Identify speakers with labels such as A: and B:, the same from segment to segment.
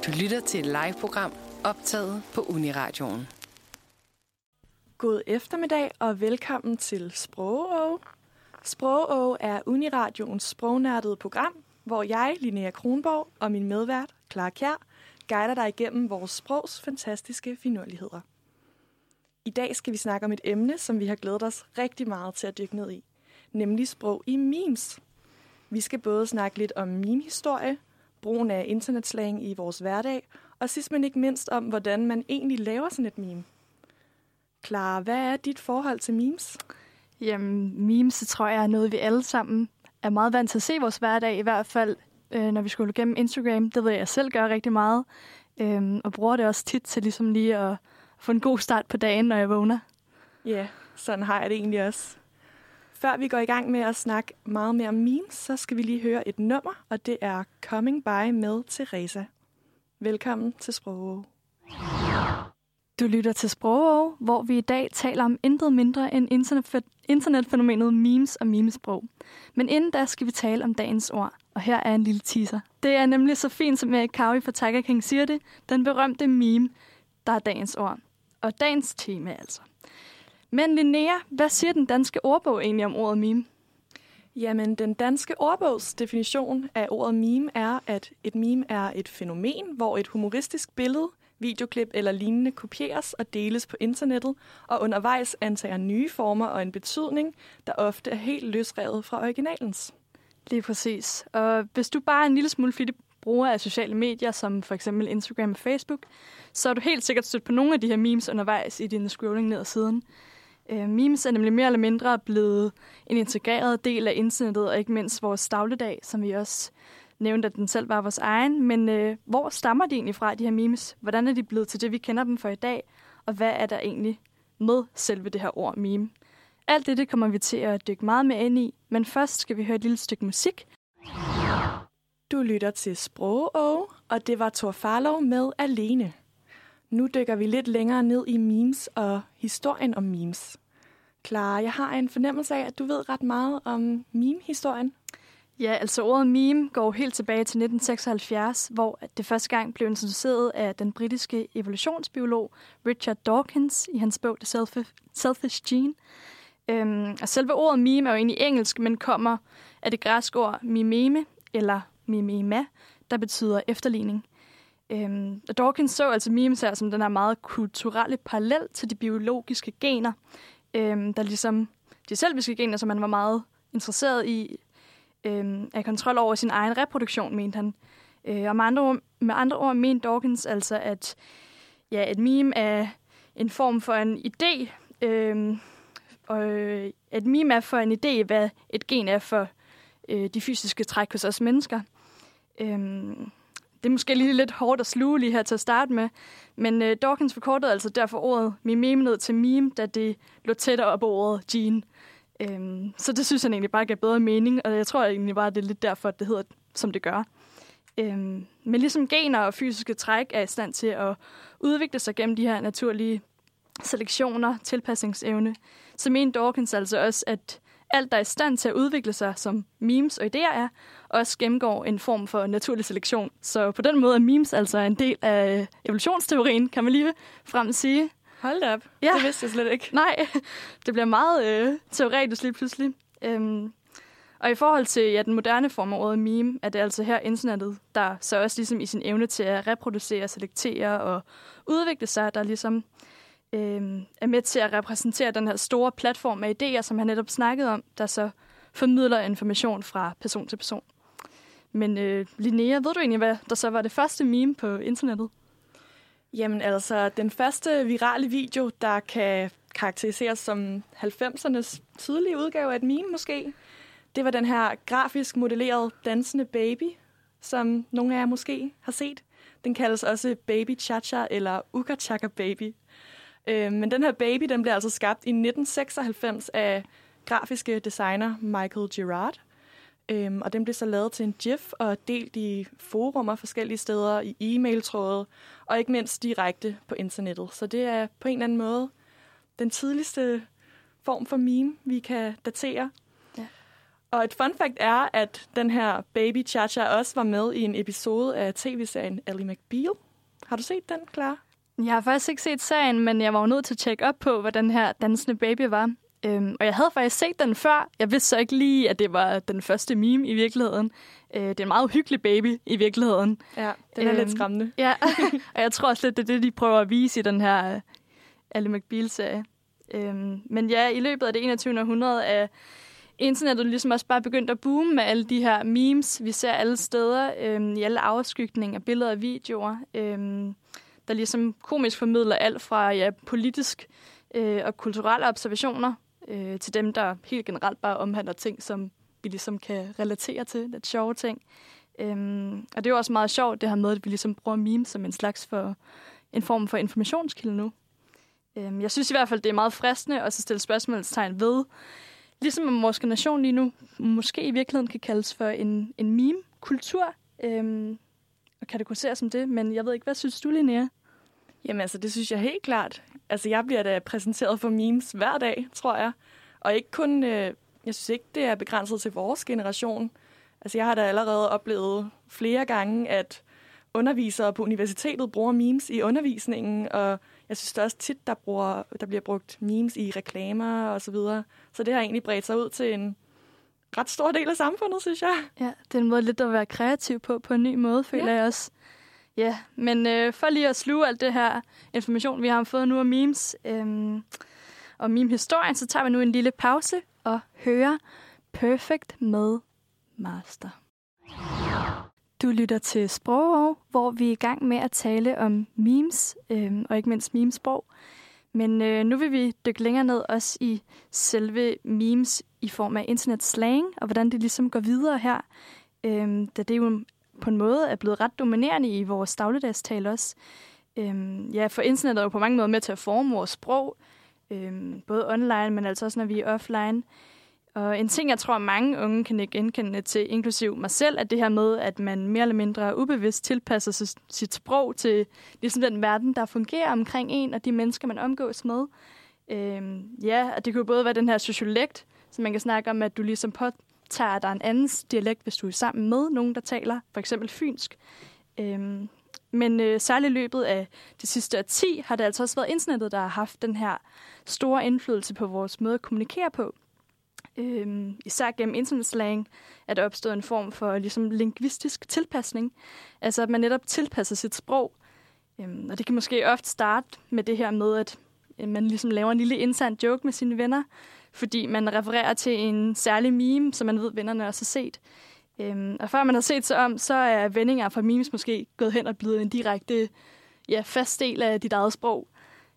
A: Du lytter til et live-program optaget på Uniradioen.
B: God eftermiddag og velkommen til Sprogå. Sprogå er Uniradioens sprognærdede program, hvor jeg, Linnea Kronborg, og min medvært, Clara Kjær, guider dig igennem vores sprogs fantastiske finurligheder. I dag skal vi snakke om et emne, som vi har glædet os rigtig meget til at dykke ned i, nemlig sprog i memes. Vi skal både snakke lidt om meme-historie, brugen af internetslang i vores hverdag, og sidst men ikke mindst om, hvordan man egentlig laver sådan et meme. Clara, hvad er dit forhold til memes?
C: Jamen, memes, det tror jeg er noget, vi alle sammen er meget vant til at se i vores hverdag, i hvert fald når vi skulle gennem Instagram. Det ved jeg selv gør rigtig meget, og bruger det også tit til ligesom lige at få en god start på dagen, når jeg vågner.
B: Ja, sådan har jeg det egentlig også. Før vi går i gang med at snakke meget mere om memes, så skal vi lige høre et nummer, og det er Coming By med Teresa. Velkommen til Sprogå.
C: Du lytter til Sprogå, hvor vi i dag taler om intet mindre end internetfænomenet memes og memesprog. Men inden da skal vi tale om dagens ord, og her er en lille teaser. Det er nemlig så fint, som Erik Kaui fra Tiger King siger det, den berømte meme, der er dagens ord. Og dagens tema altså. Men Linnea, hvad siger den danske ordbog egentlig om ordet meme?
B: Jamen, den danske ordbogs definition af ordet meme er, at et meme er et fænomen, hvor et humoristisk billede, videoklip eller lignende kopieres og deles på internettet, og undervejs antager nye former og en betydning, der ofte er helt løsrevet fra originalens.
C: Lige præcis. Og hvis du bare er en lille smule flittig bruger af sociale medier, som for eksempel Instagram og Facebook, så er du helt sikkert stødt på nogle af de her memes undervejs i din scrolling ned ad siden. Memes er nemlig mere eller mindre blevet en integreret del af internettet, og ikke mindst vores dagligdag, som vi også nævnte, at den selv var vores egen. Men hvor stammer de egentlig fra, de her memes? Hvordan er de blevet til det, vi kender dem for i dag? Og hvad er der egentlig med selve det her ord meme? Alt det kommer vi til at dykke meget mere ind i, men først skal vi høre et lille stykke musik.
B: Du lytter til Sprogå, og det var Thor Farlov med Alene. Nu dykker vi lidt længere ned i memes og historien om memes. Clara, jeg har en fornemmelse af, at du ved ret meget om meme-historien.
C: Ja, altså ordet meme går helt tilbage til 1976, hvor det første gang blev introduceret af den britiske evolutionsbiolog Richard Dawkins i hans bog The Selfish Gene. Og selve ordet meme er jo egentlig engelsk, men kommer af det græske ord mimeme eller mimema, der betyder efterligning. Dawkins så altså memes her som den her meget kulturelle parallel til de biologiske gener, der ligesom de selviske gener, som man var meget interesseret i, af kontrol over sin egen reproduktion, mente han. Og med andre ord mente Dawkins altså, at ja, et meme er en form for en idé, og et meme er for en idé, hvad et gen er for de fysiske træk hos os mennesker. Det er måske lige lidt hårdt at sluge lige her til at starte med, men Dawkins forkortede altså derfor ordet mimeme ned til meme, da det lå tættere op på ordet gene. Så det synes han egentlig bare gav bedre mening, og jeg tror egentlig bare, at det er lidt derfor, at det hedder, som det gør. Men ligesom gener og fysiske træk er i stand til at udvikle sig gennem de her naturlige selektioner, tilpasningsevne, så mente Dawkins altså også, at alt, der er i stand til at udvikle sig, som memes og idéer er, også gennemgår en form for naturlig selektion. Så på den måde er memes altså en del af evolutionsteorien, kan man lige frem sige.
B: Hold da op.
C: Ja.
B: Det vidste jeg slet ikke.
C: Nej, det bliver meget teoretisk lige pludselig. Og i forhold til den moderne form af ordet meme, er det altså her internettet, der så også ligesom i sin evne til at reproducere, selektere og udvikle sig, der ligesom er med til at repræsentere den her store platform af idéer, som han netop snakkede om, der så formidler information fra person til person. Men Linnea, ved du egentlig, hvad der så var det første meme på internettet?
B: Jamen altså, den første virale video, der kan karakteriseres som 90'ernes tidlige udgave af et meme måske, det var den her grafisk modellerede dansende baby, som nogle af jer måske har set. Den kaldes også Baby Cha-Cha eller Uka Chaka Baby. Men den her baby, den blev altså skabt i 1996 af grafiske designer Michael Gerard. Og den blev så lavet til en GIF og delt i forumer forskellige steder, i e-mailtråde og ikke mindst direkte på internettet. Så det er på en eller anden måde den tidligste form for meme, vi kan datere. Ja. Og et fun fact er, at den her Baby Cha-Cha også var med i en episode af tv-serien Ally McBeal. Har du set den, Clara?
C: Jeg har faktisk ikke set serien, men jeg var jo nødt til at tjekke op på, hvad den her dansende baby var. Og jeg havde faktisk set den før. Jeg vidste så ikke lige, at det var den første meme i virkeligheden. Det er en meget uhyggelig baby i virkeligheden.
B: Ja, den er lidt skræmmende.
C: Ja, og jeg tror også lidt, det er det, de prøver at vise i den her Ally McBeal-serie. Men ja, i løbet af det 21. århundrede er internettet ligesom også bare begyndt at boome med alle de her memes. Vi ser alle steder, i alle afskygninger, billeder og videoer, der ligesom komisk formidler alt fra politisk og kulturelle observationer til dem, der helt generelt bare omhandler ting, som vi ligesom kan relatere til. Lidt sjove ting. Og det er jo også meget sjovt, det her med, at vi ligesom bruger memes som en form for informationskilde nu. Jeg synes i hvert fald, det er meget fristende at stille spørgsmålstegn ved, ligesom om vores generation lige nu måske i virkeligheden kan kaldes for en meme-kultur, og kategoriseres som det. Men jeg ved ikke, hvad synes du, Linnea?
B: Jamen altså, det synes jeg helt klart. Altså, jeg bliver da præsenteret for memes hver dag, tror jeg. Og ikke kun, jeg synes ikke, det er begrænset til vores generation. Altså, jeg har da allerede oplevet flere gange, at undervisere på universitetet bruger memes i undervisningen, og jeg synes da også tit, der bliver brugt memes i reklamer og så videre. Så det har egentlig bredt sig ud til en ret stor del af samfundet, synes jeg. Ja,
C: det er en måde lidt at være kreativ på en ny måde, føler jeg også. Ja, men for lige at sluge alt det her information, vi har fået nu om memes og meme-historien, så tager vi nu en lille pause og hører Perfect med Master. Du lytter til Sprogov, hvor vi er i gang med at tale om memes, og ikke mindst memesprog. Men nu vil vi dykke længere ned også i selve memes i form af internetslang, og hvordan det ligesom går videre her, da det jo på en måde er blevet ret dominerende i vores dagligdagstale også. For internettet er jo på mange måder med til at forme vores sprog, både online, men altså også når vi er offline. Og en ting, jeg tror, mange unge kan ikke genkende til, inklusiv mig selv, er det her med, at man mere eller mindre ubevidst tilpasser sit sprog til ligesom den verden, der fungerer omkring en og de mennesker, man omgås med. Og det kunne både være den her sociolekt, som man kan snakke om, at du ligesom påtager dig en andens dialekt, hvis du er sammen med nogen, der taler for eksempel fynsk. Men særligt i løbet af det sidste årti har det altså også været internettet, der har haft den her store indflydelse på vores måde at kommunikere på. Især gennem internetslang er der opstået en form for ligesom lingvistisk tilpasning. Altså at man netop tilpasser sit sprog. Og det kan måske ofte starte med det her med, at man ligesom laver en lille intern joke med sine venner, fordi man refererer til en særlig meme, som man ved, vennerne også har set. Og før man har set sig om, så er vendinger fra memes måske gået hen og blevet en direkte fast del af dit eget sprog.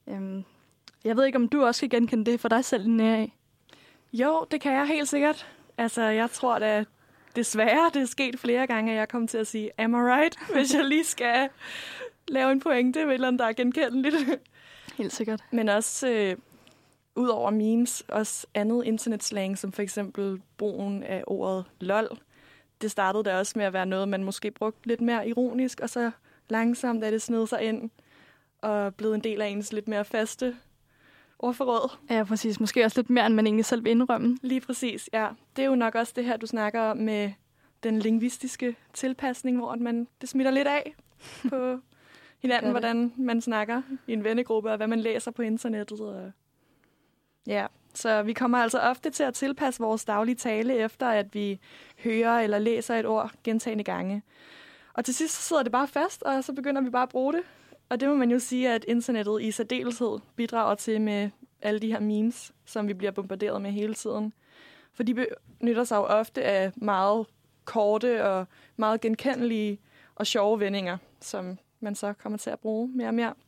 C: Jeg ved ikke, om du også kan genkende det for dig selv, Linnea.
B: Jo, det kan jeg helt sikkert. Altså, jeg tror da desværre, det er sket flere gange, at jeg kommer til at sige, am I right? Hvis jeg lige skal lave en pointe med et eller andet, der er genkendeligt.
C: Helt sikkert.
B: Men også ud over memes, også andet internetslang, som for eksempel brugen af ordet lol. Det startede da også med at være noget, man måske brugte lidt mere ironisk, og så langsomt er det snedet sig ind og blevet en del af ens lidt mere faste ordforråd. Ja,
C: præcis. Måske også lidt mere, end man egentlig selv vil indrømme.
B: Lige præcis, ja. Det er jo nok også det her, du snakker om med den lingvistiske tilpasning, hvor det smitter lidt af på hinanden, hvordan man snakker i en vennegruppe, og hvad man læser på internettet. Og ja, så vi kommer altså ofte til at tilpasse vores daglige tale, efter at vi hører eller læser et ord gentagne gange. Og til sidst så sidder det bare fast, og så begynder vi bare at bruge det. Og det må man jo sige, at internettet i særdeleshed bidrager til med alle de her memes, som vi bliver bombarderet med hele tiden. For de benytter sig jo ofte af meget korte og meget genkendelige og sjove vendinger, som man så kommer til at bruge mere og mere.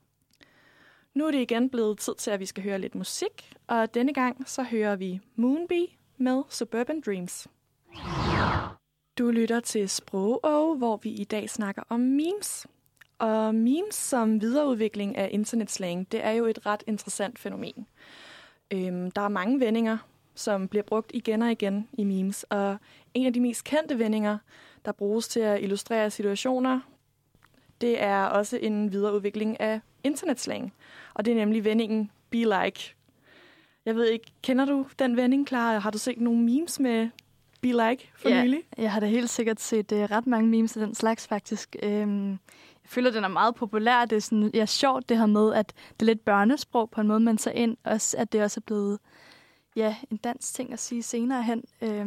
B: Nu er det igen blevet tid til, at vi skal høre lidt musik, og denne gang så hører vi Moonbee med Suburban Dreams. Du lytter til Sprogov, hvor vi i dag snakker om memes. Og memes som videreudvikling af internetslang, det er jo et ret interessant fænomen. Der er mange vendinger, som bliver brugt igen og igen i memes, og en af de mest kendte vendinger, der bruges til at illustrere situationer, det er også en videreudvikling af internetslang, og det er nemlig vendingen be like. Jeg ved ikke, kender du den vending, Clara? Har du set nogle memes med Be Like for nylig?
C: Jeg har da helt sikkert set ret mange memes af den slags, faktisk. Jeg føler, den er meget populær. Det er sådan, sjovt det her med, at det er lidt børnesprog på en måde, man tager ind. Også, at det også er blevet en dansk ting at sige senere hen.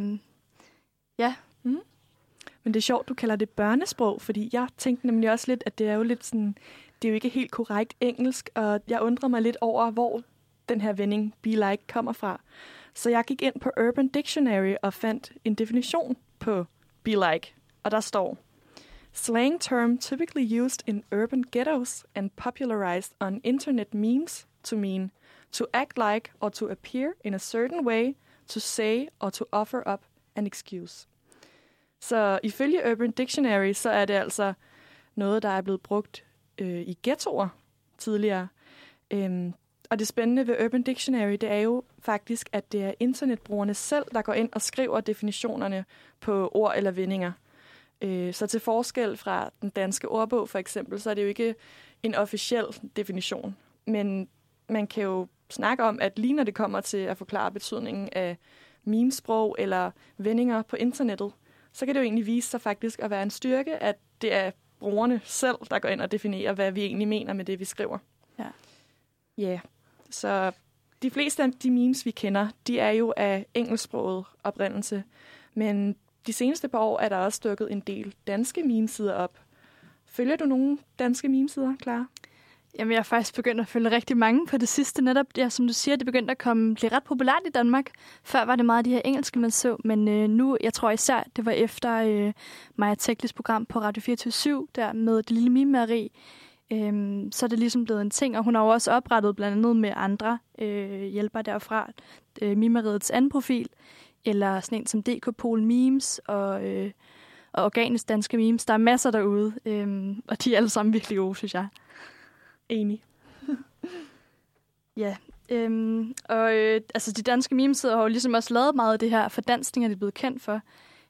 B: Men det er sjovt, du kalder det børnesprog, fordi jeg tænkte nemlig også lidt, at det er jo lidt sådan, det er jo ikke helt korrekt engelsk, og jeg undrer mig lidt over, hvor den her vending be like kommer fra. Så jeg gik ind på Urban Dictionary og fandt en definition på be like, og der står: slang term typically used in urban ghettos and popularized on internet memes to mean to act like or to appear in a certain way, to say or to offer up an excuse. Så ifølge Urban Dictionary, så er det altså noget, der er blevet brugt i ghettoer tidligere. Og det spændende ved Urban Dictionary, det er jo faktisk, at det er internetbrugerne selv, der går ind og skriver definitionerne på ord eller vendinger. Så til forskel fra den danske ordbog for eksempel, så er det jo ikke en officiel definition. Men man kan jo snakke om, at lige når det kommer til at forklare betydningen af memesprog eller vendinger på internettet, så kan det jo egentlig vise sig faktisk at være en styrke, at det er brugerne selv, der går ind og definerer, hvad vi egentlig mener med det, vi skriver. Ja, så de fleste af de memes, vi kender, de er jo af engelsksproget oprindelse. Men de seneste par år er der også dukket en del danske memesider op. Følger du nogle danske memesider, Clara?
C: Jamen, jeg har faktisk begyndt at følge rigtig mange på det sidste. Netop, som du siger, det begyndte at blive ret populært i Danmark. Før var det meget af de her engelske, man så, men nu, jeg tror især, det var efter Maja Teklis program på Radio 24/7, der med Det Lille Mimeri. Så er det ligesom blevet en ting, og hun har jo også oprettet blandt andet med andre hjælpere derfra. Mimeriets anden profil, eller sådan en som DK Pol Memes og Organisk Danske Memes. Der er masser derude, og de er alle sammen virkelig gode, synes jeg.
B: Enig.
C: Altså de danske memesider har jo ligesom også lavet meget af det her fordansninger, de er blevet kendt for.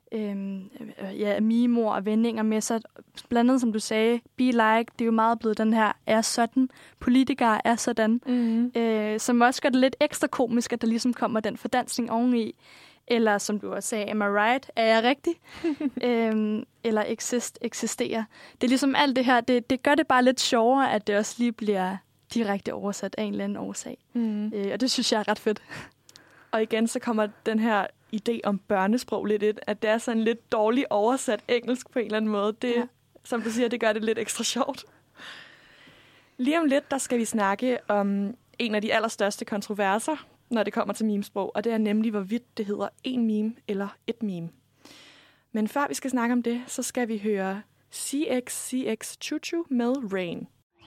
C: Mimor og vendinger med sig. Blandt andet, som du sagde, be like, det er jo meget blevet den her, er sådan, politikere er sådan. Som også gør det lidt ekstra komisk, at der ligesom kommer den fordansning oveni. Eller som du også sagde, am I right? Er jeg rigtig? Eller eksisterer. Det er ligesom alt det her, det gør det bare lidt sjovere, at det også lige bliver direkte oversat af en eller anden årsag. Og det synes jeg er ret fedt.
B: Og igen, så kommer den her idé om børnesprog lidt ind, at det er sådan lidt dårligt oversat engelsk på en eller anden måde. Det, som du siger, det gør det lidt ekstra sjovt. Lige om lidt, der skal vi snakke om en af de allerstørste kontroverser, når det kommer til memesprog, og det er nemlig, hvorvidt det hedder en meme eller et meme. Men før vi skal snakke om det, så skal vi høre CXCX Choo Choo med Rain.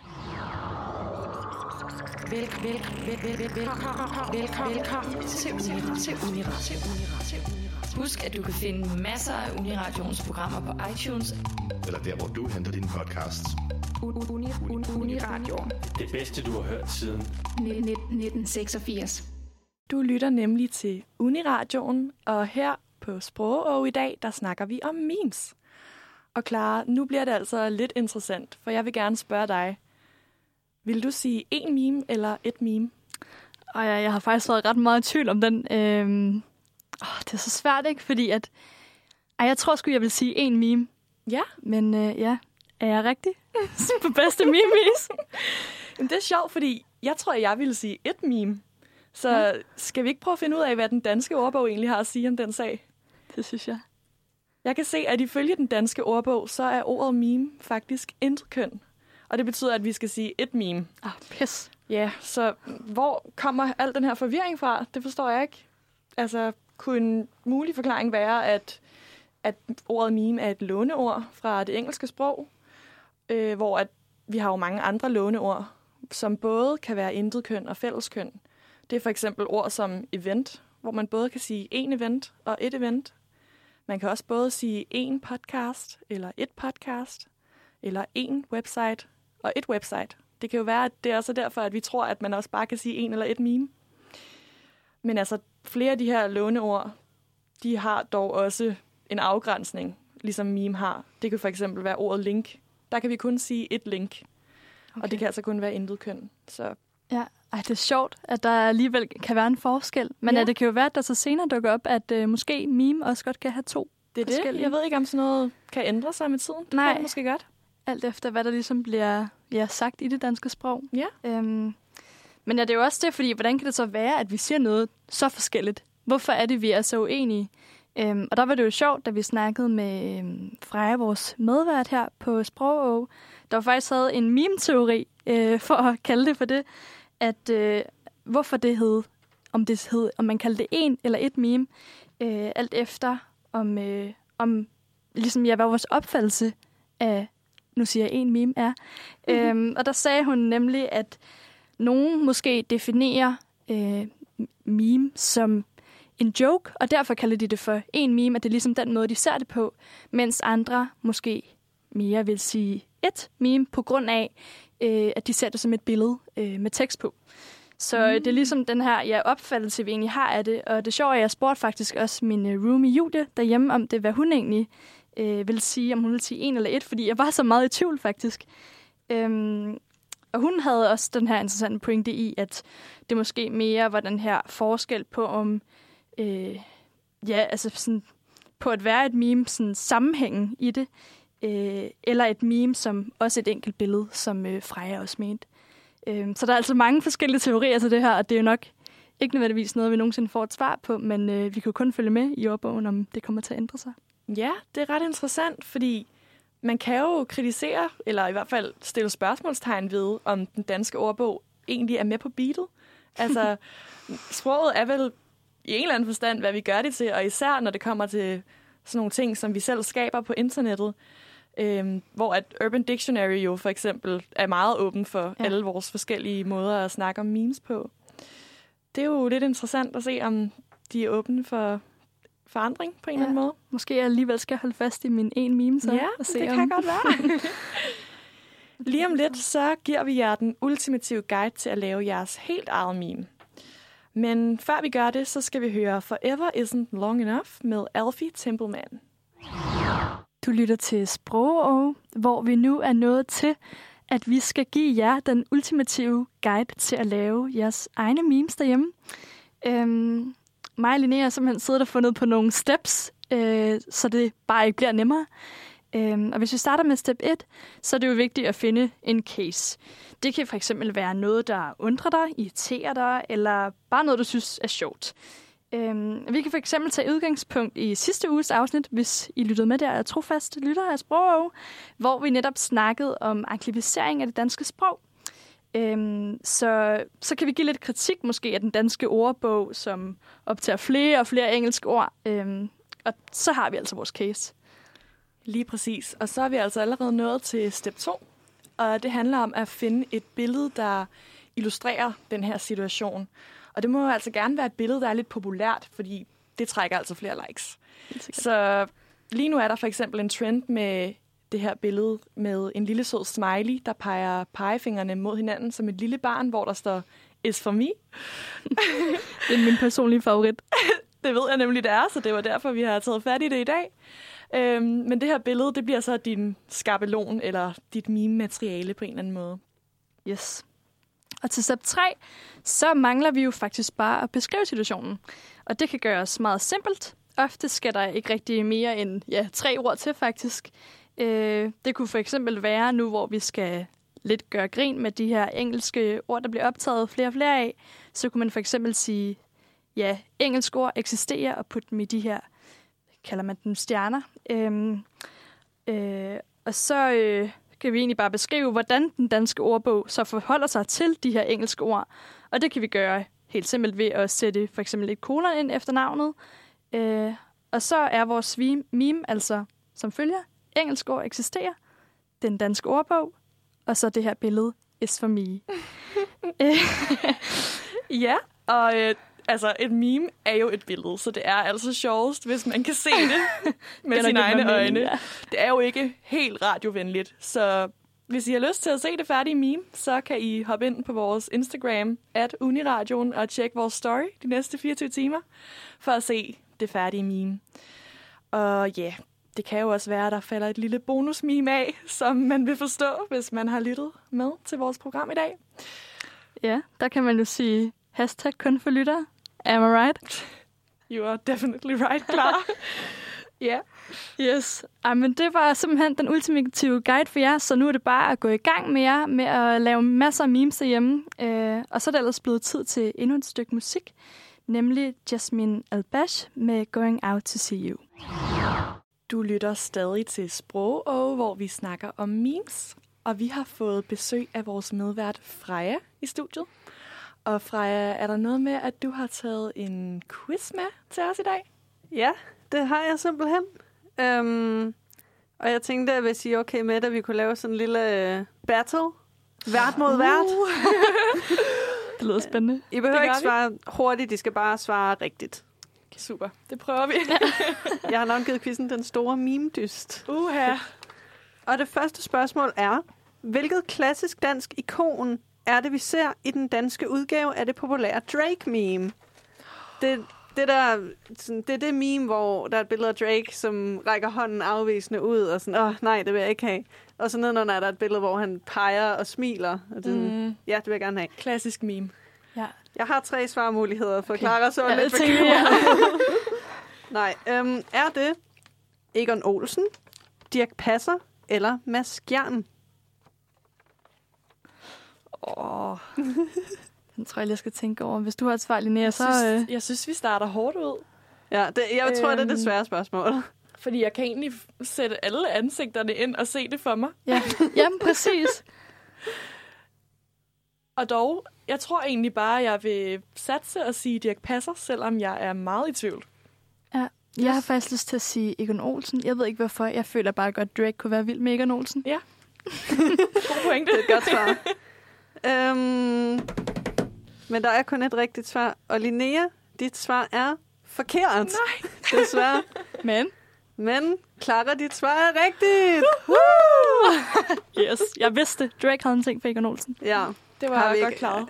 A: Velkommen til Uniradio. Husk, at du kan finde masser af Uniradions programmer på iTunes.
D: Eller der, hvor du henter dine podcasts.
A: Uniradio.
E: Det bedste, du har hørt siden
A: 1986.
B: Du lytter nemlig til Uniradioen, og her på Sprogog i dag, der snakker vi om memes. Og Clara, nu bliver det altså lidt interessant, for jeg vil gerne spørge dig. Vil du sige en meme eller et meme?
C: Og jeg har faktisk været ret meget i tvivl om den. Det er så svært, ikke? Fordi at... jeg tror sgu, jeg vil sige en meme.
B: Ja.
C: Men er jeg rigtig? På bedste memes?
B: Det er sjovt, fordi jeg tror, jeg ville sige et meme. Så skal vi ikke prøve at finde ud af, hvad den danske ordbog egentlig har at sige om den sag?
C: Det synes jeg.
B: Jeg kan se, at ifølge den danske ordbog, så er ordet meme faktisk intet køn. Og det betyder, at vi skal sige et meme.
C: Pis.
B: Ja, så hvor kommer al den her forvirring fra? Det forstår jeg ikke. Altså, kunne en mulig forklaring være, at ordet meme er et låneord fra det engelske sprog, hvor at vi har jo mange andre låneord, som både kan være intetkøn og fælleskøn. Det er for eksempel ord som event, hvor man både kan sige en event og et event. Man kan også både sige en podcast eller et podcast, eller en website og et website. Det kan jo være, at det er også derfor, at vi tror, at man også bare kan sige en eller et meme. Men altså, flere af de her låneord, de har dog også en afgrænsning, ligesom meme har. Det kan for eksempel være ordet link. Der kan vi kun sige et link. Okay. Og det kan altså kun være intet køn. Så.
C: Ja, Ej, det er sjovt, at der alligevel kan være en forskel. Men det kan jo være, at der så senere dukker op, at måske meme også godt kan have 2 forskellige.
B: Det. Jeg ved ikke, om sådan noget kan ændre sig med tiden. Det kan det måske godt.
C: Alt efter, hvad der ligesom bliver sagt i det danske sprog.
B: Ja.
C: Men det er jo også det, fordi hvordan kan det så være, at vi siger noget så forskelligt? Hvorfor er det, vi er så uenige? Og der var det jo sjovt, da vi snakkede med Freja, vores medvært her på Sprogå, der faktisk havde en meme-teori, for at kalde det for det, at hvorfor det hed, om man kaldte det en eller et meme, alt efter om ligesom hvad vores opfattelse af, nu siger jeg en meme er. Og der sagde hun nemlig, at nogen måske definerer meme som en joke, og derfor kalder de det for en meme, at det er ligesom den måde, de ser det på, mens andre måske mere vil sige et meme på grund af, at de ser det som et billede med tekst på. Så det er ligesom den her opfattelse, vi egentlig har af det. Og det sjove er, at jeg spurgte faktisk også min roomie Julie derhjemme om det, hvad hun egentlig vil sige, om hun vil sige en eller et, fordi jeg var så meget i tvivl faktisk. Og hun havde også den her interessante pointe i, at det måske mere var den her forskel på om, altså sådan, på at være et meme, sådan sammenhængen i det, eller et meme som også et enkelt billede, som Freja også mente. Så der er altså mange forskellige teorier til det her, og det er jo nok ikke nødvendigvis noget, vi nogensinde får et svar på, men vi kan jo kun følge med i ordbogen, om det kommer til at ændre sig.
B: Ja, det er ret interessant, fordi man kan jo kritisere, eller i hvert fald stille spørgsmålstegn ved, om den danske ordbog egentlig er med på beatet. Altså, sproget er vel i en eller anden forstand, hvad vi gør det til, og især når det kommer til sådan nogle ting, som vi selv skaber på internettet, hvor at Urban Dictionary jo for eksempel er meget åben for alle vores forskellige måder at snakke om memes på. Det er jo lidt interessant at se, om de er åbne for forandring på en eller anden måde.
C: Måske jeg alligevel skal holde fast i min en meme så.
B: Ja,
C: og se
B: det kan godt være. Lige om lidt, så giver vi jer den ultimative guide til at lave jeres helt eget meme. Men før vi gør det, så skal vi høre Forever Isn't Long Enough med Alfie Templeman.
C: Du lytter til Sprogå, hvor vi nu er nået til, at vi skal give jer den ultimative guide til at lave jeres egne memes derhjemme. Mig og Linnea har simpelthen siddet og fundet på nogle steps, så det bare ikke bliver nemmere. Og hvis vi starter med step 1, så er det jo vigtigt at finde en case. Det kan for eksempel være noget, der undrer dig, irriterer dig, eller bare noget, du synes er sjovt. Vi kan for eksempel tage udgangspunkt i sidste uges afsnit, hvis I lyttede med der, er trofast lytter af Sprogå, hvor vi netop snakkede om anglificering af det danske sprog. Så kan vi give lidt kritik måske af den danske ordbog, som optager flere og flere engelske ord. Og så har vi altså vores case.
B: Lige præcis. Og så er vi altså allerede nået til step 2. Og det handler om at finde et billede, der illustrerer den her situation. Og det må jo altså gerne være et billede, der er lidt populært, fordi det trækker altså flere likes. Så lige nu er der for eksempel en trend med det her billede med en lille sød smiley, der peger pegefingrene mod hinanden som et lille barn, hvor der står, is for me.
C: Det er min personlige favorit.
B: Det ved jeg nemlig, det er, så det var derfor, vi har taget fat i det i dag. Men det her billede, det bliver så din skabelon eller dit meme-materiale på en eller anden måde.
C: Yes. Og til step 3, så mangler vi jo faktisk bare at beskrive situationen. Og det kan gøres meget simpelt. Ofte skal der ikke rigtig mere end 3 ord til, faktisk. Det kunne for eksempel være nu, hvor vi skal lidt gøre grin med de her engelske ord, der bliver optaget flere og flere af. Så kunne man for eksempel sige, engelske ord eksisterer, og putte dem i de her, kalder man dem stjerner. Og så kan vi egentlig bare beskrive, hvordan den danske ordbog så forholder sig til de her engelske ord. Og det kan vi gøre helt simpelt ved at sætte for eksempel et kolon ind efter navnet. Og så er vores meme altså som følger: engelsk ord eksisterer, den danske ordbog, og så det her billede is for me.
B: Ja, og altså et meme er jo et billede, så det er altså sjovest, hvis man kan se det med sine egne øjne. Ja. Det er jo ikke helt radiovenligt, så hvis I har lyst til at se det færdige meme, så kan I hoppe ind på vores Instagram @uniradioen og tjekke vores story de næste 24 timer for at se det færdige meme. Og det kan jo også være, at der falder et lille bonus-meme af, som man vil forstå, hvis man har lyttet med til vores program i dag.
C: Ja, der kan man jo sige hashtag kun for lyttere. Am I right?
B: You are definitely right, Clara. Ja.
C: Yes. Men det var simpelthen den ultimative guide for jer, så nu er det bare at gå i gang med jer med at lave masser af memes derhjemme. Og så er det ellers blevet tid til endnu et stykke musik, nemlig Jasmine Albash med Going Out to See You.
B: Du lytter stadig til Sprog, hvor vi snakker om memes, og vi har fået besøg af vores medvært Freja i studiet. Og Freja, er der noget med, at du har taget en quiz med til os i dag?
F: Ja, det har jeg simpelthen. Og jeg tænkte, at hvis I er okay med, at vi kunne lave sådan en lille battle. Vært mod vært.
C: Det lyder spændende.
F: I behøver ikke svare hurtigt, I skal bare svare rigtigt.
B: Super, det prøver vi.
F: Jeg har navngivet quizzen Den Store Meme-dyst.
B: Uha.
F: Og det første spørgsmål er, hvilket klassisk dansk ikon er det, vi ser i den danske udgave af det populære Drake-meme? Det er det meme, hvor der er et billede af Drake, som rækker hånden afvisende ud, og sådan, nej, det vil jeg ikke have. Og så nedenunder er der et billede, hvor han peger og smiler. Og det, ja, det vil jeg gerne have.
B: Klassisk meme.
C: Ja.
F: Jeg har 3 svarmuligheder, for Clara så
C: Ja,
F: lidt bekymret. Nej, er det Egon Olsen, Dirch Passer eller Mads Skjern?
C: Den tror jeg skal tænke over. Hvis du har et svar, Linnea, så...
B: Jeg synes, vi starter hårdt ud.
F: Ja, jeg tror, det er det svære spørgsmål.
B: Fordi jeg kan egentlig sætte alle ansigterne ind og se det for mig.
C: Ja, jamen præcis.
B: Og dog, jeg tror egentlig bare, at jeg vil satse og sige Dirch Passer, selvom jeg er meget i tvivl.
C: Ja, jeg har faktisk lyst til at sige Egon Olsen. Jeg ved ikke hvorfor. Jeg føler bare godt, at Drake kunne være vild med Egon Olsen.
B: Ja. God pointe.
F: Det er et godt svar. Men der er kun et rigtigt svar. Og Linnea, dit svar er forkert.
B: Nej.
F: Desværre. Men Clara, dit svar er rigtigt.
C: Yes, jeg vidste. Drake havde en ting for Egon Olsen.
F: Ja.
B: Det var jeg godt klaret.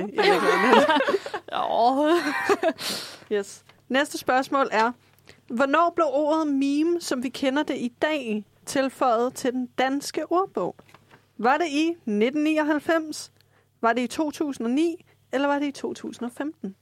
F: Yes. Næste spørgsmål er, hvornår blev ordet meme, som vi kender det i dag, tilføjet til den danske ordbog? Var det i 1999? Var det i 2009? Eller var det i 2015?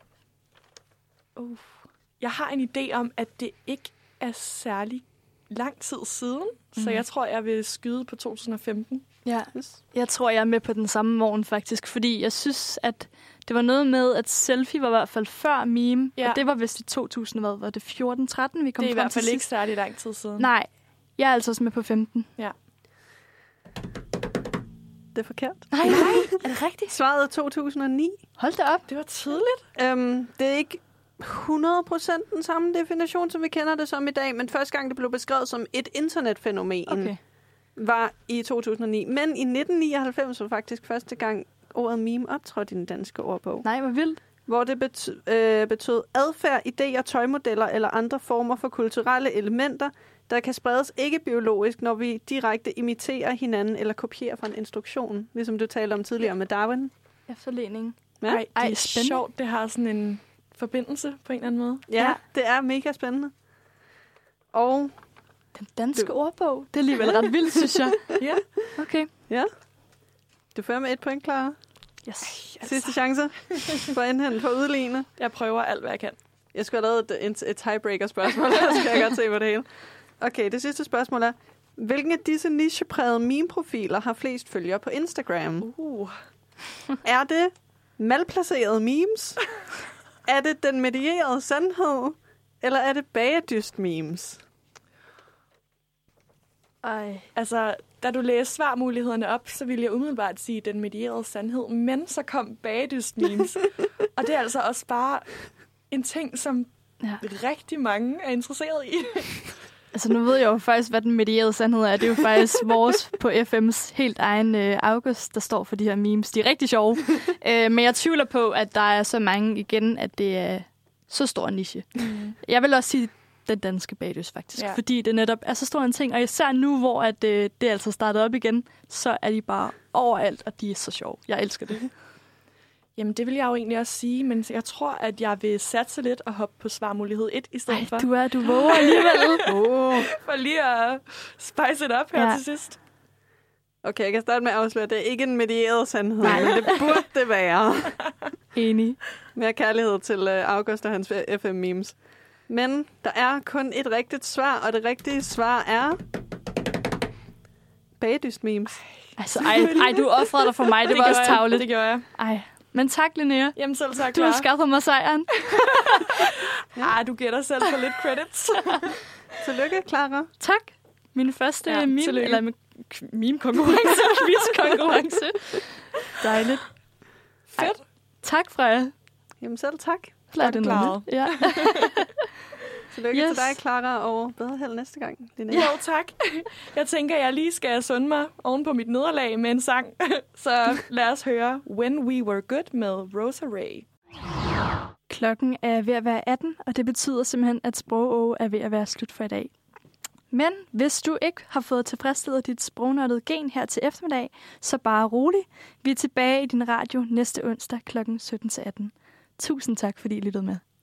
B: Jeg har en idé om, at det ikke er særlig lang tid siden, så jeg tror, jeg vil skyde på 2015.
C: Ja, jeg tror, jeg er med på den samme vogn faktisk, fordi jeg synes, at det var noget med, at selfie var i hvert fald før meme, og det var vist i 2000, hvad var det, 14-13, vi kom frem til.
B: Det er i hvert fald ikke særlig lang tid siden.
C: Nej, jeg er altså også med på 15.
B: Ja.
F: Det er forkert.
C: Nej, er det rigtigt?
F: Svaret er 2009.
C: Hold da op.
B: Det var tidligt.
F: Det er ikke 100% den samme definition, som vi kender det som i dag, men første gang det blev beskrevet som et internetfænomen, var i 2009. Men i 1999 var faktisk første gang ordet meme optrådte i den danske ordbog.
C: Nej, hvor vildt.
F: Hvor det betød adfærd, idéer, tøjmodeller eller andre former for kulturelle elementer, der kan spredes ikke biologisk, når vi direkte imiterer hinanden eller kopierer fra en instruktion. Ligesom du talte om tidligere med Darwin.
C: Efterligning.
F: Ja.
B: Det er sjovt. Det har sådan en forbindelse på en eller anden måde.
F: Ja, det er mega spændende. Og
C: den danske ordbog. Det er alligevel ret vildt, synes jeg.
B: Ja.
C: Okay.
F: Ja. Du fører med 1 point, Clara.
C: Yes.
F: Sidste chance for at indhente for udligne.
B: Jeg prøver alt, hvad jeg kan.
F: Jeg skulle have lavet et tiebreaker-spørgsmål, så skal jeg godt se på det hele. Okay, det sidste spørgsmål er, hvilken af disse nicheprægede meme-profiler har flest følgere på Instagram? Er det malplacerede memes? Er det den medierede sandhed? Eller er det bagedyst memes?
B: Altså, da du læste svarmulighederne op, så ville jeg umiddelbart sige den medierede sandhed, men så kom bagedyst memes. Og det er altså også bare en ting, som rigtig mange er interesseret i.
C: Altså, nu ved jeg jo faktisk, hvad den medierede sandhed er. Det er jo faktisk vores på FM's helt egen August, der står for de her memes. De er rigtig sjove. Men jeg tvivler på, at der er så mange igen, at det er så stor en niche. Jeg vil også sige den danske bagdyst, faktisk. Ja. Fordi det netop er så stor en ting. Og især nu, hvor at, det altså startet op igen, så er de bare overalt, og de er så sjove. Jeg elsker det.
B: Jamen, det vil jeg jo egentlig også sige, men jeg tror, at jeg vil satse lidt og hoppe på svarmulighed 1 i stedet for.
C: Du våger alligevel.
B: For lige at spice it up her til sidst.
F: Okay, jeg kan starte med at afsløre, at det er ikke en medieret sandhed, men det burde det være.
C: Enig.
F: Mere kærlighed til August og hans FM-memes. Men der er kun et rigtigt svar, og det rigtige svar er... Bagedyst-memes.
C: Altså, ej, du offrede dig for mig. Det var også tarveligt.
B: Det gjorde jeg.
C: Ej. Men tak, Linnea.
B: Jamen selv tak,
C: Du har skaffet mig sejren.
B: Du giver dig selv for lidt credits.
F: Tillykke, Clara.
C: Tak. Min første
B: tillykke.
C: meme-konkurrence. Quiz-konkurrence. Dejligt.
B: Fedt.
C: Tak, Freja.
F: Jamen selv tak.
C: Flot
B: klaret.
C: Ja.
F: Tillykke til dig, Clara, og bedre held næste gang, Linnea.
B: Jo, tak. Jeg tænker, jeg lige skal sunde mig oven på mit nederlag med en sang. Så lad os høre When We Were Good med Rosa Ray.
C: Klokken er ved at være 18, og det betyder simpelthen, at Sprog er ved at være slut for i dag. Men hvis du ikke har fået tilfredsstillet dit sprognørdede gen her til eftermiddag, så bare rolig. Vi er tilbage i din radio næste onsdag kl. 17-18. Tusind tak, fordi I lyttede med.